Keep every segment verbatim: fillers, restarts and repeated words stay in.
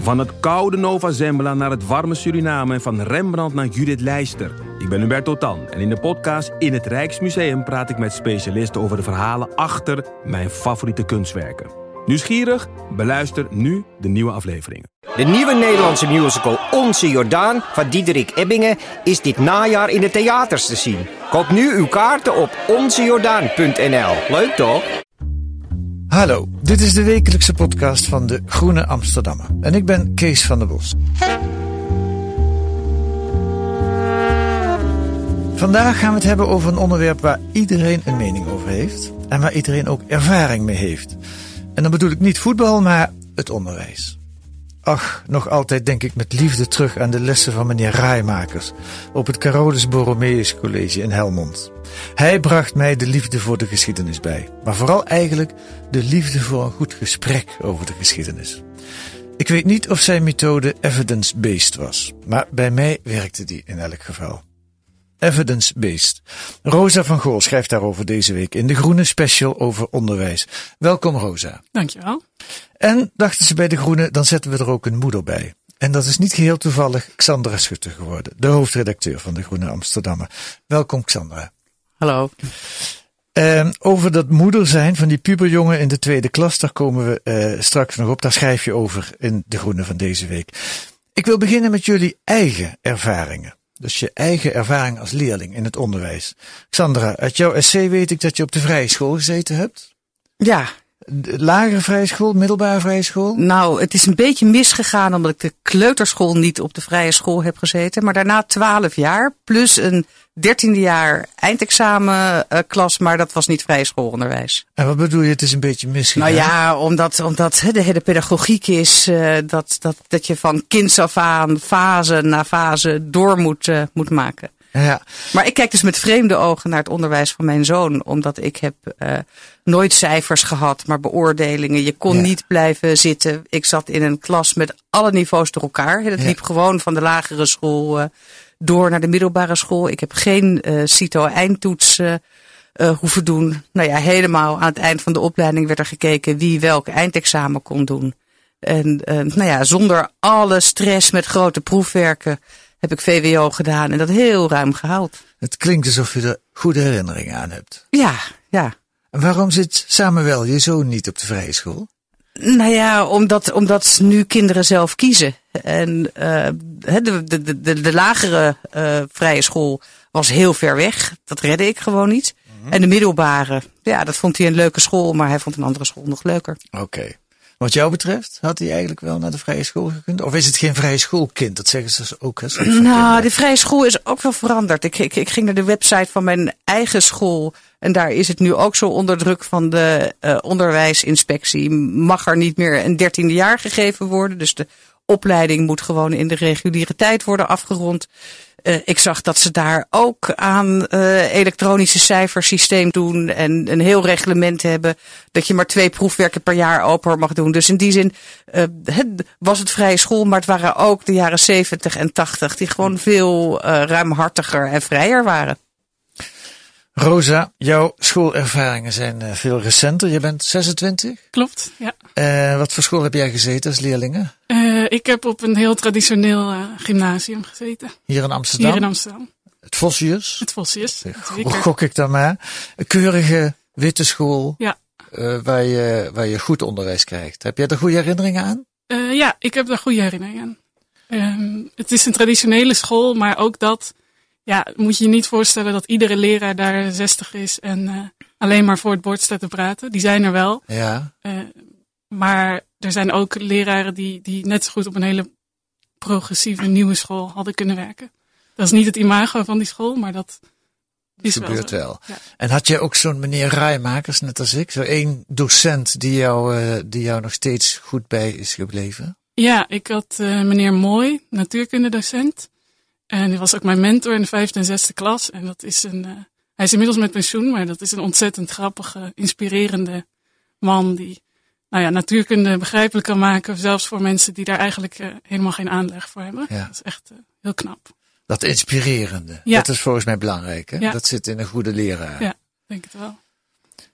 Van het koude Nova Zembla naar het warme Suriname en van Rembrandt naar Judith Leister. Ik ben Hubert Totan en in de podcast In het Rijksmuseum praat ik met specialisten over de verhalen achter mijn favoriete kunstwerken. Nieuwsgierig? Beluister nu de nieuwe afleveringen. De nieuwe Nederlandse musical Onze Jordaan van Diederik Ebbingen is dit najaar in de theaters te zien. Koop nu uw kaarten op onze jordaan punt n l. Leuk toch? Hallo, dit is de wekelijkse podcast van de Groene Amsterdammer. En ik ben Kees van der Bos. Vandaag gaan we het hebben over een onderwerp waar iedereen een mening over heeft. En waar iedereen ook ervaring mee heeft. En dan bedoel ik niet voetbal, maar het onderwijs. Ach, nog altijd denk ik met liefde terug aan de lessen van meneer Raaimakers op het Carolus Borromeus College in Helmond. Hij bracht mij de liefde voor de geschiedenis bij, maar vooral eigenlijk de liefde voor een goed gesprek over de geschiedenis. Ik weet niet of zijn methode evidence-based was, maar bij mij werkte die in elk geval. Evidence-based. Rosa van Gool schrijft daarover deze week in de Groene Special over onderwijs. Welkom Rosa. Dankjewel. En dachten ze bij de Groene, dan zetten we er ook een moeder bij. En dat is niet geheel toevallig Xandra Schutte geworden, de hoofdredacteur van de Groene Amsterdammer. Welkom Xandra. Hallo. Uh, over dat moeder zijn van die puberjongen in de tweede klas, daar komen we uh, straks nog op. Daar schrijf je over in de Groene van deze week. Ik wil beginnen met jullie eigen ervaringen. Dus je eigen ervaring als leerling in het onderwijs. Xandra, uit jouw essay weet ik dat je op de vrije school gezeten hebt. Ja. De lagere vrije school, middelbare vrije school? Nou, het is een beetje misgegaan omdat ik de kleuterschool niet op de vrije school heb gezeten. Maar daarna twaalf jaar plus een dertiende jaar eindexamenklas, maar dat was niet vrije schoolonderwijs. En wat bedoel je, het is een beetje misgegaan? Nou ja, omdat, omdat de hele pedagogiek is uh, dat, dat, dat je van kinds af aan fase na fase door moet, uh, moet maken. Ja. Maar ik kijk dus met vreemde ogen naar het onderwijs van mijn zoon. Omdat ik heb uh, nooit cijfers gehad, maar beoordelingen. Je kon ja. niet blijven zitten. Ik zat in een klas met alle niveaus door elkaar. Het ja. liep gewoon van de lagere school uh, door naar de middelbare school. Ik heb geen uh, CITO-eindtoets uh, uh, hoeven doen. Nou ja, helemaal aan het eind van de opleiding werd er gekeken wie welk eindexamen kon doen. En uh, nou ja, zonder alle stress met grote proefwerken heb ik V W O gedaan en dat heel ruim gehaald. Het klinkt alsof je er goede herinneringen aan hebt. Ja, ja. En waarom zit Samuel, je zoon, niet op de vrije school? Nou ja, omdat, omdat nu kinderen zelf kiezen. En uh, de, de, de, de lagere uh, vrije school was heel ver weg. Dat redde ik gewoon niet. Mm-hmm. En de middelbare, ja, dat vond hij een leuke school, maar hij vond een andere school nog leuker. Oké. Okay. Wat jou betreft, had hij eigenlijk wel naar de vrije school gekund? Of is het geen vrije schoolkind? Dat zeggen ze ook. Hè, nou, kinderen. De vrije school is ook wel veranderd. Ik, ik, ik ging naar de website van mijn eigen school. En daar is het nu ook zo onder druk van de uh, onderwijsinspectie. Mag er niet meer een dertiende jaar gegeven worden. Dus de opleiding moet gewoon in de reguliere tijd worden afgerond. Uh, ik zag dat ze daar ook aan uh, elektronische cijfersysteem doen en een heel reglement hebben dat je maar twee proefwerken per jaar open mag doen. Dus in die zin uh, het was het vrije school, maar het waren ook de jaren zeventig en tachtig die gewoon veel uh, ruimhartiger en vrijer waren. Rosa, jouw schoolervaringen zijn uh, veel recenter. Je bent zesentwintig? Klopt, ja. Uh, wat voor school heb jij gezeten als leerlinge? Uh, ik heb op een heel traditioneel uh, gymnasium gezeten. Hier in Amsterdam? Hier in Amsterdam. Het Vossius? Het Vossius, Hoe gok ik dan maar? Een keurige witte school, ja. uh, waar, je, waar je goed onderwijs krijgt. Heb jij er goede herinneringen aan? Uh, ja, ik heb daar goede herinneringen aan. Um, het is een traditionele school, maar ook dat, ja, moet je je niet voorstellen dat iedere leraar daar zestig is en uh, alleen maar voor het bord staat te praten. Die zijn er wel. Ja. Uh, maar er zijn ook leraren die, die net zo goed op een hele progressieve nieuwe school hadden kunnen werken. Dat is niet het imago van die school, maar dat is dat gebeurt wel. wel. Ja. En had jij ook zo'n meneer Raaimakers, net als ik, zo één docent die jou, uh, die jou nog steeds goed bij is gebleven? Ja, ik had uh, meneer Mooi, natuurkundedocent. En die was ook mijn mentor in de vijfde en zesde klas. En dat is een, uh, hij is inmiddels met pensioen, maar dat is een ontzettend grappige, inspirerende man die, nou ja, natuurkunde begrijpelijk kan maken. Zelfs voor mensen die daar eigenlijk uh, helemaal geen aanleg voor hebben. Ja. Dat is echt uh, heel knap. Dat inspirerende, ja. dat is volgens mij belangrijk. Hè? Ja. Dat zit in een goede leraar. Ja, denk het wel.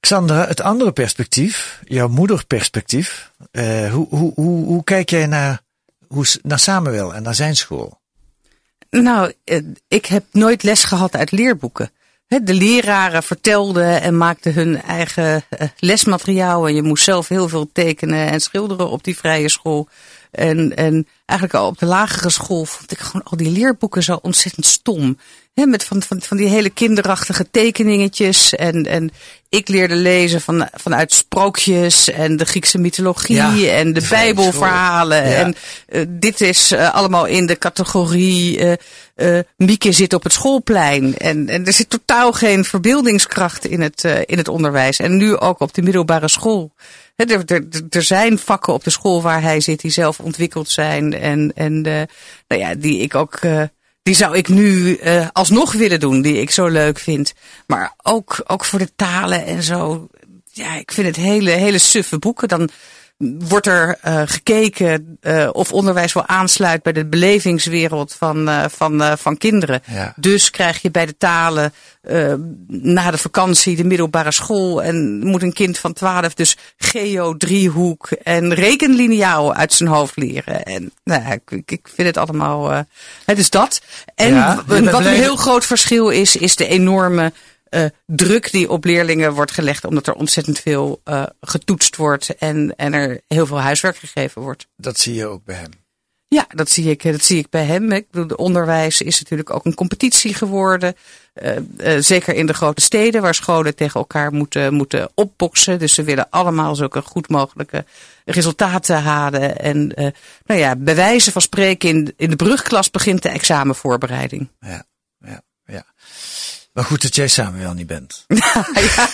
Xandra, het andere perspectief, jouw moederperspectief. Uh, hoe, hoe, hoe, hoe kijk jij naar, hoe, naar Samuel en naar zijn school? Nou, ik heb nooit les gehad uit leerboeken. De leraren vertelden en maakten hun eigen lesmateriaal. En je moest zelf heel veel tekenen en schilderen op die vrije school. En, en eigenlijk al op de lagere school vond ik gewoon al die leerboeken zo ontzettend stom. He, met van, van, van die hele kinderachtige tekeningetjes. En, en ik leerde lezen van, vanuit sprookjes en de Griekse mythologie ja, en de Bijbelverhalen. Ja. En uh, dit is uh, allemaal in de categorie uh, uh, Mieke zit op het schoolplein. En, en er zit totaal geen verbeeldingskracht in het, uh, in het onderwijs. En nu ook op de middelbare school. He, er, er, er zijn vakken op de school waar hij zit die zelf ontwikkeld zijn. En, en uh, nou ja, die ik ook... Uh, Die zou ik nu uh, alsnog willen doen, die ik zo leuk vind. Maar ook, ook voor de talen en zo. Ja, ik vind het hele, hele suffe boeken. Dan wordt er uh, gekeken uh, of onderwijs wel aansluit bij de belevingswereld van, uh, van, uh, van kinderen. Ja. Dus krijg je bij de talen uh, na de vakantie de middelbare school. En moet een kind van twaalf dus geo, driehoek en rekenliniaal uit zijn hoofd leren. En nou, ik, ik vind het allemaal... Uh, het is dat. En ja, wat een heel groot verschil is, is de enorme... Uh, druk die op leerlingen wordt gelegd, omdat er ontzettend veel uh, getoetst wordt en, en er heel veel huiswerk gegeven wordt. Dat zie je ook bij hem? Ja, dat zie ik, dat zie ik bij hem. Ik bedoel, de onderwijs is natuurlijk ook een competitie geworden. Uh, uh, zeker in de grote steden, waar scholen tegen elkaar moeten, moeten opboksen. Dus ze willen allemaal zulke goed mogelijke resultaten halen. En uh, nou ja, bij wijze van spreken, in, in de brugklas begint de examenvoorbereiding. Ja, ja, ja. Maar goed dat jij Samuel niet bent. Ja.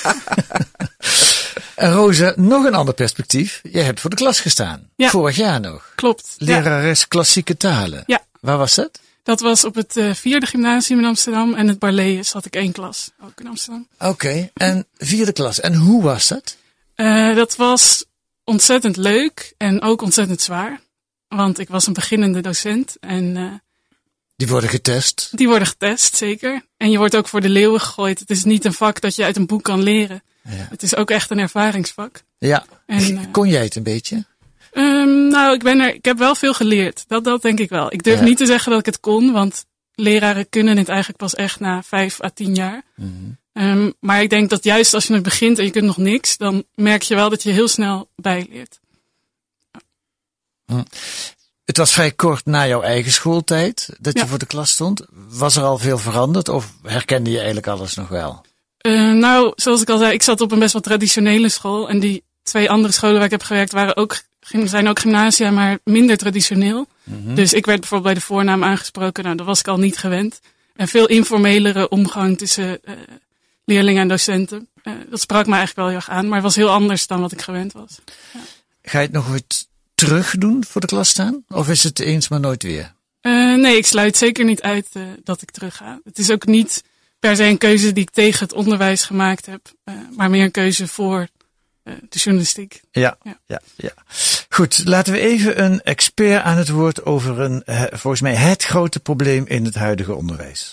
En Rosa, nog een ander perspectief. Jij hebt voor de klas gestaan. Ja. Vorig jaar nog. Klopt. Lerares ja. klassieke talen. Ja. Waar was dat? Dat was op het uh, vierde gymnasium in Amsterdam. En het Barlees had ik één klas, ook in Amsterdam. Oké, okay. En vierde klas. En hoe was dat? Uh, dat was ontzettend leuk en ook ontzettend zwaar. Want ik was een beginnende docent en... Uh, Die worden getest? Die worden getest, zeker. En je wordt ook voor de leeuwen gegooid. Het is niet een vak dat je uit een boek kan leren. Ja. Het is ook echt een ervaringsvak. Ja. En, uh, Kon jij het een beetje? Um, nou, ik, ben er, ik heb wel veel geleerd. Dat, dat denk ik wel. Ik durf ja. niet te zeggen dat ik het kon, want leraren kunnen het eigenlijk pas echt na vijf à tien jaar. Mm-hmm. Um, maar ik denk dat juist als je nog begint en je kunt nog niks, dan merk je wel dat je heel snel bijleert. Ja. Hm. Het was vrij kort na jouw eigen schooltijd dat je ja. voor de klas stond. Was er al veel veranderd of herkende je eigenlijk alles nog wel? Uh, nou, zoals ik al zei, ik zat op een best wel traditionele school. En die twee andere scholen waar ik heb gewerkt waren ook, zijn ook gymnasia, maar minder traditioneel. Mm-hmm. Dus ik werd bijvoorbeeld bij de voornaam aangesproken. Nou, dat was ik al niet gewend. En veel informelere omgang tussen uh, leerlingen en docenten. Uh, dat sprak me eigenlijk wel heel erg aan, maar het was heel anders dan wat ik gewend was. Ja. Ga je het nog ooit terug doen voor de klas staan? Of is het eens maar nooit weer? Uh, nee, ik sluit zeker niet uit uh, dat ik terug ga. Het is ook niet per se een keuze die ik tegen het onderwijs gemaakt heb. Uh, maar meer een keuze voor uh, de journalistiek. Ja, ja, ja, ja. Goed, laten we even een expert aan het woord over een, uh, volgens mij het grote probleem in het huidige onderwijs.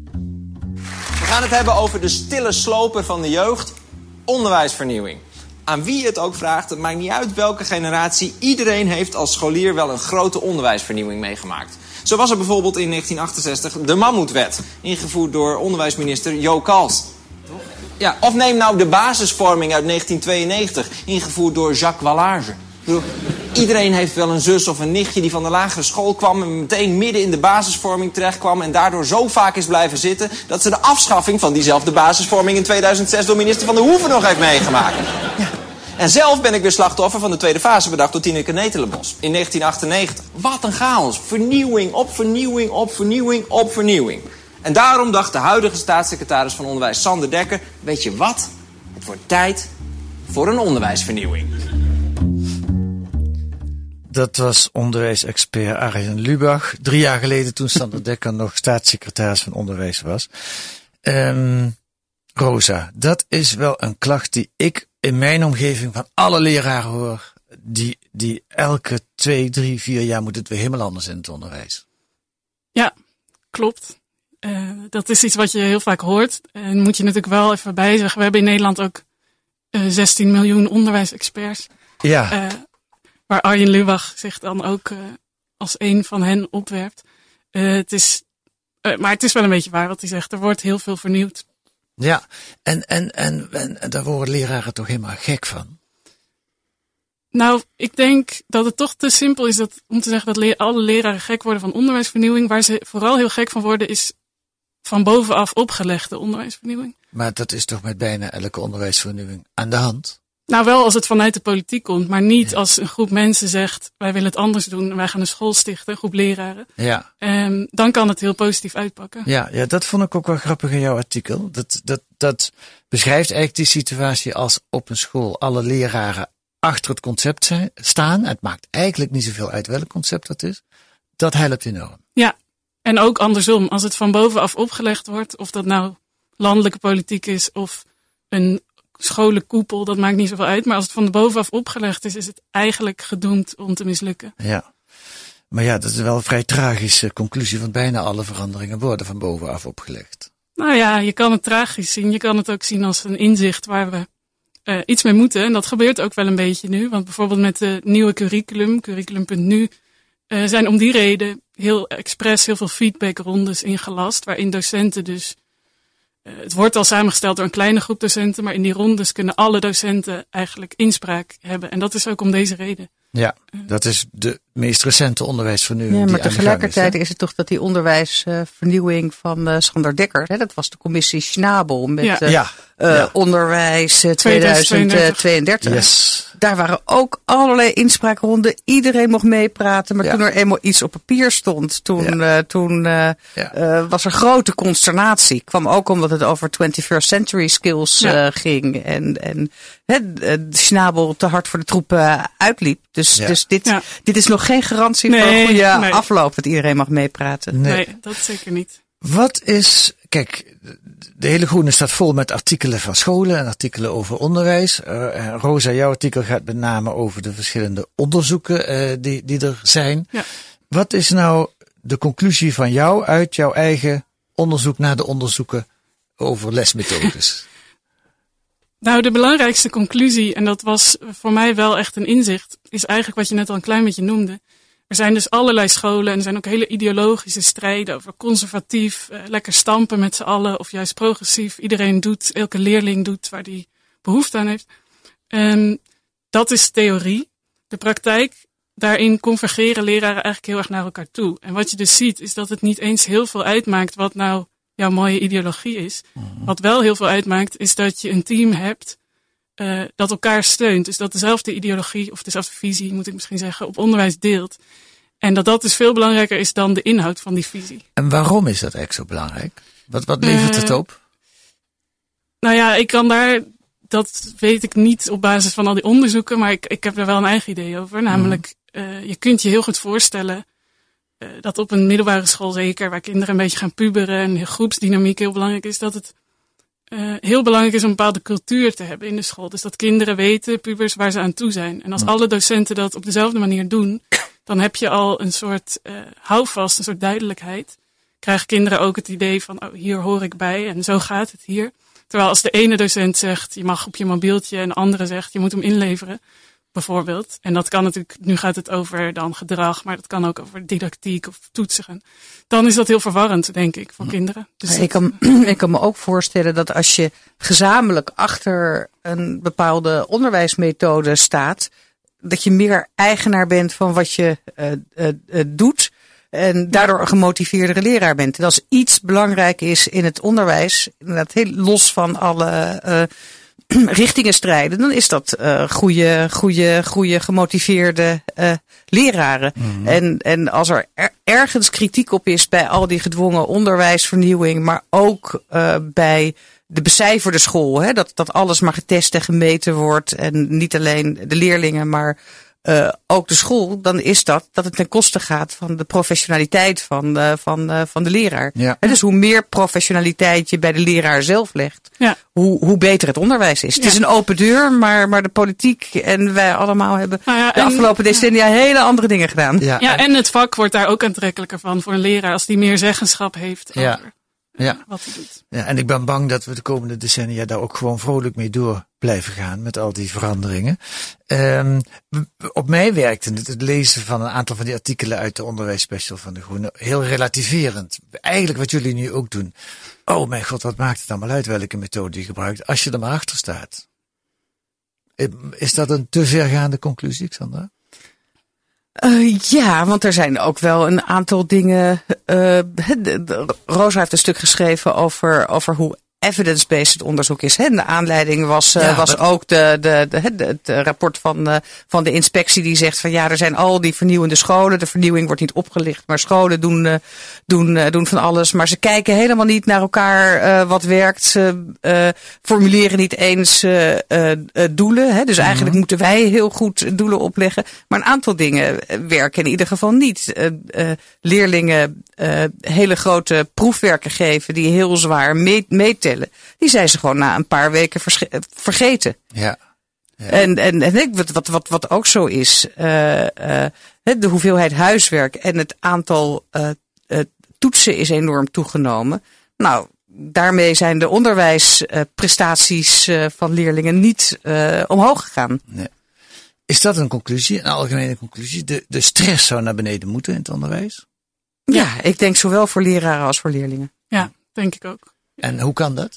We gaan het hebben over de stille sloper van de jeugd, onderwijsvernieuwing. Aan wie het ook vraagt, het maakt niet uit welke generatie. Iedereen heeft als scholier wel een grote onderwijsvernieuwing meegemaakt. Zo was er bijvoorbeeld in negentien achtenzestig de Mammoetwet, ingevoerd door onderwijsminister Jo Kals. Ja, of neem nou de basisvorming uit negentien tweeënnegentig, ingevoerd door Jacques Wallage. Iedereen heeft wel een zus of een nichtje die van de lagere school kwam en meteen midden in de basisvorming terecht kwam en daardoor zo vaak is blijven zitten dat ze de afschaffing van diezelfde basisvorming in tweeduizend zes door minister Van der Hoeven nog heeft meegemaakt. Ja. En zelf ben ik weer slachtoffer van de tweede fase bedacht door Tineke Netelenbos in negentien achtennegentig. Wat een chaos. Vernieuwing op vernieuwing op vernieuwing op vernieuwing. En daarom dacht de huidige staatssecretaris van Onderwijs Sander Dekker, weet je wat? Het wordt tijd voor een onderwijsvernieuwing. Dat was onderwijsexpert Arjen Lubach. Drie jaar geleden toen Sander Dekker nog staatssecretaris van Onderwijs was. Um, Rosa, dat is wel een klacht die ik in mijn omgeving van alle leraren hoor. Die, die elke twee, drie, vier jaar moet het weer helemaal anders in het onderwijs. Ja, klopt. Uh, dat is iets wat je heel vaak hoort. En moet je natuurlijk wel even bij zeggen. We hebben in Nederland ook uh, zestien miljoen onderwijsexperts. Ja. Uh, waar Arjen Lubach zich dan ook uh, als een van hen opwerpt. Uh, het is, uh, maar het is wel een beetje waar wat hij zegt. Er wordt heel veel vernieuwd. Ja, en, en, en, en, en daar worden leraren toch helemaal gek van? Nou, ik denk dat het toch te simpel is dat, om te zeggen dat le- alle leraren gek worden van onderwijsvernieuwing. Waar ze vooral heel gek van worden is van bovenaf opgelegde onderwijsvernieuwing. Maar dat is toch met bijna elke onderwijsvernieuwing aan de hand? Nou, wel als het vanuit de politiek komt, maar niet Ja. als een groep mensen zegt, wij willen het anders doen, wij gaan een school stichten, een groep leraren. Ja. Um, dan kan het heel positief uitpakken. Ja, ja, dat vond ik ook wel grappig in jouw artikel. Dat, dat, dat beschrijft eigenlijk die situatie als op een school alle leraren achter het concept zijn, staan. Het maakt eigenlijk niet zoveel uit welk concept dat is. Dat helpt enorm. Ja, en ook andersom, als het van bovenaf opgelegd wordt, of dat nou landelijke politiek is of een scholenkoepel, dat maakt niet zoveel uit. Maar als het van bovenaf opgelegd is, is het eigenlijk gedoemd om te mislukken. Ja. Maar ja, dat is wel een vrij tragische conclusie, want bijna alle veranderingen worden van bovenaf opgelegd. Nou ja, je kan het tragisch zien. Je kan het ook zien als een inzicht waar we uh, iets mee moeten. En dat gebeurt ook wel een beetje nu. Want bijvoorbeeld met de nieuwe curriculum, curriculum punt nu, uh, zijn om die reden heel expres heel veel feedbackrondes ingelast. Waarin docenten dus, uh, het wordt al samengesteld door een kleine groep docenten. Maar in die rondes kunnen alle docenten eigenlijk inspraak hebben. En dat is ook om deze reden. Ja, dat is de meest recente onderwijsvernieuwing. Ja, die maar aan de gang tegelijkertijd is, is het toch dat die onderwijsvernieuwing uh, van uh, Sander Dekker, hè, dat was de commissie Schnabel met Ja. uh, Ja. uh, Ja. onderwijs uh, tweeduizend tweeëndertig. Yes. Daar waren ook allerlei inspraakronden. Iedereen mocht meepraten. Maar Ja. toen er eenmaal iets op papier stond, toen, Ja. uh, toen uh, Ja. uh, was er grote consternatie. Kwam ook omdat het over twenty-first century skills Ja. uh, ging. En, en hè, de Schnabel te hard voor de troepen uitliep. Dus, Ja. dus dit, Ja. dit is nog geen garantie voor Nee, een goede nee. afloop. Dat iedereen mag meepraten. Nee. Nee, dat zeker niet. Wat is, kijk, de hele groene staat vol met artikelen van scholen en artikelen over onderwijs. Uh, Rosa, jouw artikel gaat met name over de verschillende onderzoeken uh, die, die er zijn. Ja. Wat is nou de conclusie van jou uit jouw eigen onderzoek naar de onderzoeken over lesmethodes? Nou, de belangrijkste conclusie, en dat was voor mij wel echt een inzicht, is eigenlijk wat je net al een klein beetje noemde. Er zijn dus allerlei scholen en er zijn ook hele ideologische strijden over conservatief, eh, lekker stampen met z'n allen of juist progressief. Iedereen doet, elke leerling doet waar die behoefte aan heeft. Um, dat is theorie. De praktijk, daarin convergeren leraren eigenlijk heel erg naar elkaar toe. En wat je dus ziet is dat het niet eens heel veel uitmaakt wat nou jouw mooie ideologie is. Mm-hmm. Wat wel heel veel uitmaakt is dat je een team hebt uh, dat elkaar steunt. Dus dat dezelfde ideologie of dezelfde visie, moet ik misschien zeggen, op onderwijs deelt. En dat dat dus veel belangrijker is dan de inhoud van die visie. En waarom is dat eigenlijk zo belangrijk? Wat, wat levert uh, het op? Nou ja, ik kan daar, dat weet ik niet op basis van al die onderzoeken, maar ik, ik heb er wel een eigen idee over. Namelijk, uh, je kunt je heel goed voorstellen uh, dat op een middelbare school zeker, waar kinderen een beetje gaan puberen en groepsdynamiek heel belangrijk is, dat het uh, heel belangrijk is om een bepaalde cultuur te hebben in de school. Dus dat kinderen weten, pubers, waar ze aan toe zijn. En als mm. alle docenten dat op dezelfde manier doen, dan heb je al een soort uh, houvast, een soort duidelijkheid. Krijgen kinderen ook het idee van, oh, hier hoor ik bij en zo gaat het hier. Terwijl als de ene docent zegt, je mag op je mobieltje, en de andere zegt, je moet hem inleveren, bijvoorbeeld. En dat kan natuurlijk, nu gaat het over dan gedrag, maar dat kan ook over didactiek of toetsen. Dan is dat heel verwarrend, denk ik, voor kinderen. Dus ik, kan, ik kan me ook voorstellen dat als je gezamenlijk achter een bepaalde onderwijsmethode staat, dat je meer eigenaar bent van wat je uh, uh, uh, doet. En daardoor een gemotiveerdere leraar bent. En als iets belangrijk is in het onderwijs, inderdaad heel los van alle uh, richtingen strijden, dan is dat uh, goede, goede, goede gemotiveerde uh, leraren. Mm-hmm. En, en als er, er ergens kritiek op is bij al die gedwongen onderwijsvernieuwing, maar ook uh, bij de becijferde school, hè, dat, dat alles maar getest en gemeten wordt en niet alleen de leerlingen, maar Uh, ook de school, dan is dat dat het ten koste gaat van de professionaliteit van, uh, van, uh, van de leraar. Ja. En dus hoe meer professionaliteit je bij de leraar zelf legt, ja. hoe, hoe beter het onderwijs is. Ja. Het is een open deur, maar, maar de politiek en wij allemaal hebben nou ja, de en, afgelopen decennia ja. hele andere dingen gedaan. Ja, ja en, en het vak wordt daar ook aantrekkelijker van voor een leraar als die meer zeggenschap heeft ja. over Ja. wat hij doet. Ja, en ik ben bang dat we de komende decennia daar ook gewoon vrolijk mee door blijven gaan met al die veranderingen. Um, op mij werkte het, het lezen van een aantal van die artikelen uit de onderwijsspecial van De Groene heel relativerend. Eigenlijk wat jullie nu ook doen. Oh mijn god, wat maakt het allemaal uit welke methode je gebruikt als je er maar achter staat. Is dat een te vergaande conclusie, Xandra? Uh, ja, want er zijn ook wel een aantal dingen. Uh, Rosa heeft een stuk geschreven over, over hoe evidence-based onderzoek is. Hè? De aanleiding was, uh, ja, was maar... ook de, de, de, de, het rapport van, uh, van de inspectie die zegt van ja, er zijn al die vernieuwende scholen. De vernieuwing wordt niet opgelicht, maar scholen doen, uh, doen, uh, doen van alles. Maar ze kijken helemaal niet naar elkaar uh, wat werkt. Ze uh, formuleren niet eens uh, uh, doelen. Hè? Dus mm-hmm. eigenlijk moeten wij heel goed doelen opleggen. Maar een aantal dingen werken in ieder geval niet. Uh, uh, leerlingen uh, hele grote proefwerken geven die heel zwaar meet, meetellen. Die zijn ze gewoon na een paar weken verge- vergeten. Ja. ja. En, en, en wat, wat, wat, wat ook zo is, uh, uh, de hoeveelheid huiswerk en het aantal uh, uh, toetsen is enorm toegenomen. Nou, daarmee zijn de onderwijsprestaties uh, van leerlingen niet uh, omhoog gegaan. Nee. Is dat een conclusie, een algemene conclusie? De, de stress zou naar beneden moeten in het onderwijs? Ja, ja, ik denk zowel voor leraren als voor leerlingen. Ja, denk ik ook. En hoe kan dat?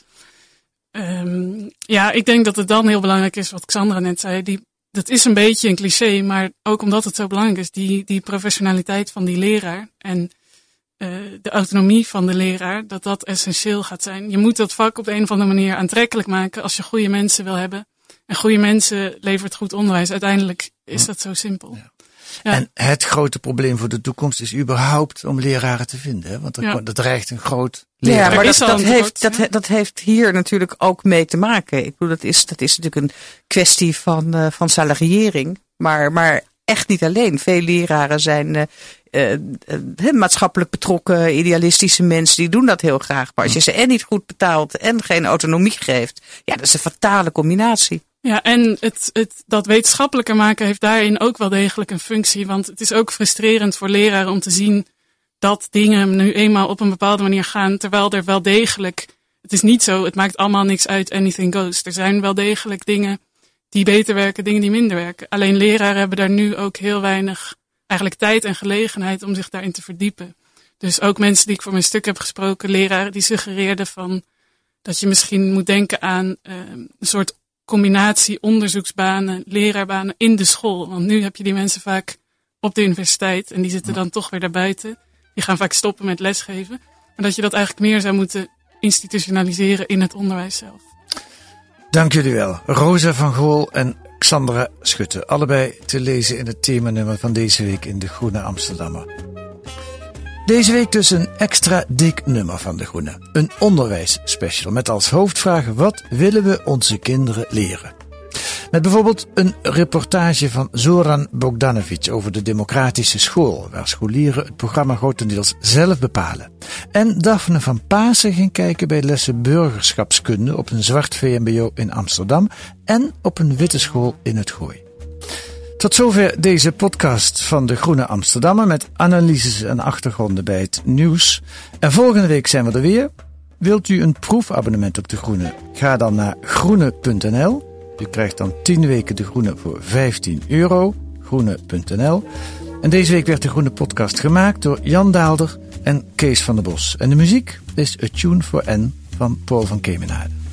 Um, ja, ik denk dat het dan heel belangrijk is wat Xandra net zei. Die, dat is een beetje een cliché, maar ook omdat het zo belangrijk is. Die, die professionaliteit van die leraar en uh, de autonomie van de leraar, dat dat essentieel gaat zijn. Je moet dat vak op de een of andere manier aantrekkelijk maken als je goede mensen wil hebben. En goede mensen levert goed onderwijs. Uiteindelijk is dat zo simpel. Ja. Ja. En het grote probleem voor de toekomst is überhaupt om leraren te vinden. Hè? Want er, ja. er dreigt een groot leraar. Ja, maar dat, dat, heeft, dat, dat heeft hier natuurlijk ook mee te maken. Ik bedoel, dat is, dat is natuurlijk een kwestie van, uh, van salariëring. Maar, maar echt niet alleen. Veel leraren zijn uh, uh, uh, maatschappelijk betrokken, idealistische mensen. Die doen dat heel graag. Maar als je ze en niet goed betaalt en geen autonomie geeft. Ja, dat is een fatale combinatie. Ja, en het, het, dat wetenschappelijker maken heeft daarin ook wel degelijk een functie. Want het is ook frustrerend voor leraren om te zien dat dingen nu eenmaal op een bepaalde manier gaan. Terwijl er wel degelijk, het is niet zo, het maakt allemaal niks uit, anything goes. Er zijn wel degelijk dingen die beter werken, dingen die minder werken. Alleen leraren hebben daar nu ook heel weinig eigenlijk tijd en gelegenheid om zich daarin te verdiepen. Dus ook mensen die ik voor mijn stuk heb gesproken, leraren die suggereerden van dat je misschien moet denken aan uh, een soort combinatie onderzoeksbanen, leraarbanen in de school. Want nu heb je die mensen vaak op de universiteit en die zitten dan toch weer daarbuiten. Die gaan vaak stoppen met lesgeven. Maar dat je dat eigenlijk meer zou moeten institutionaliseren in het onderwijs zelf. Dank jullie wel. Rosa van Gool en Xandra Schutte. Allebei te lezen in het themanummer van deze week in De Groene Amsterdammer. Deze week dus een extra dik nummer van De Groene. Een onderwijsspecial met als hoofdvraag: wat willen we onze kinderen leren? Met bijvoorbeeld een reportage van Zoran Bogdanovic over de democratische school, waar scholieren het programma grotendeels zelf bepalen. En Daphne van Pasen ging kijken bij lessen burgerschapskunde op een zwart V M B O in Amsterdam en op een witte school in het Gooi. Tot zover deze podcast van De Groene Amsterdammer met analyses en achtergronden bij het nieuws. En volgende week zijn we er weer. Wilt u een proefabonnement op De Groene? Ga dan naar groene punt n l. U krijgt dan tien weken De Groene voor vijftien euro. groene punt n l. En deze week werd De Groene podcast gemaakt door Jan Daalder en Kees van der Bos. En de muziek is A Tune for N van Paul van Kemenade.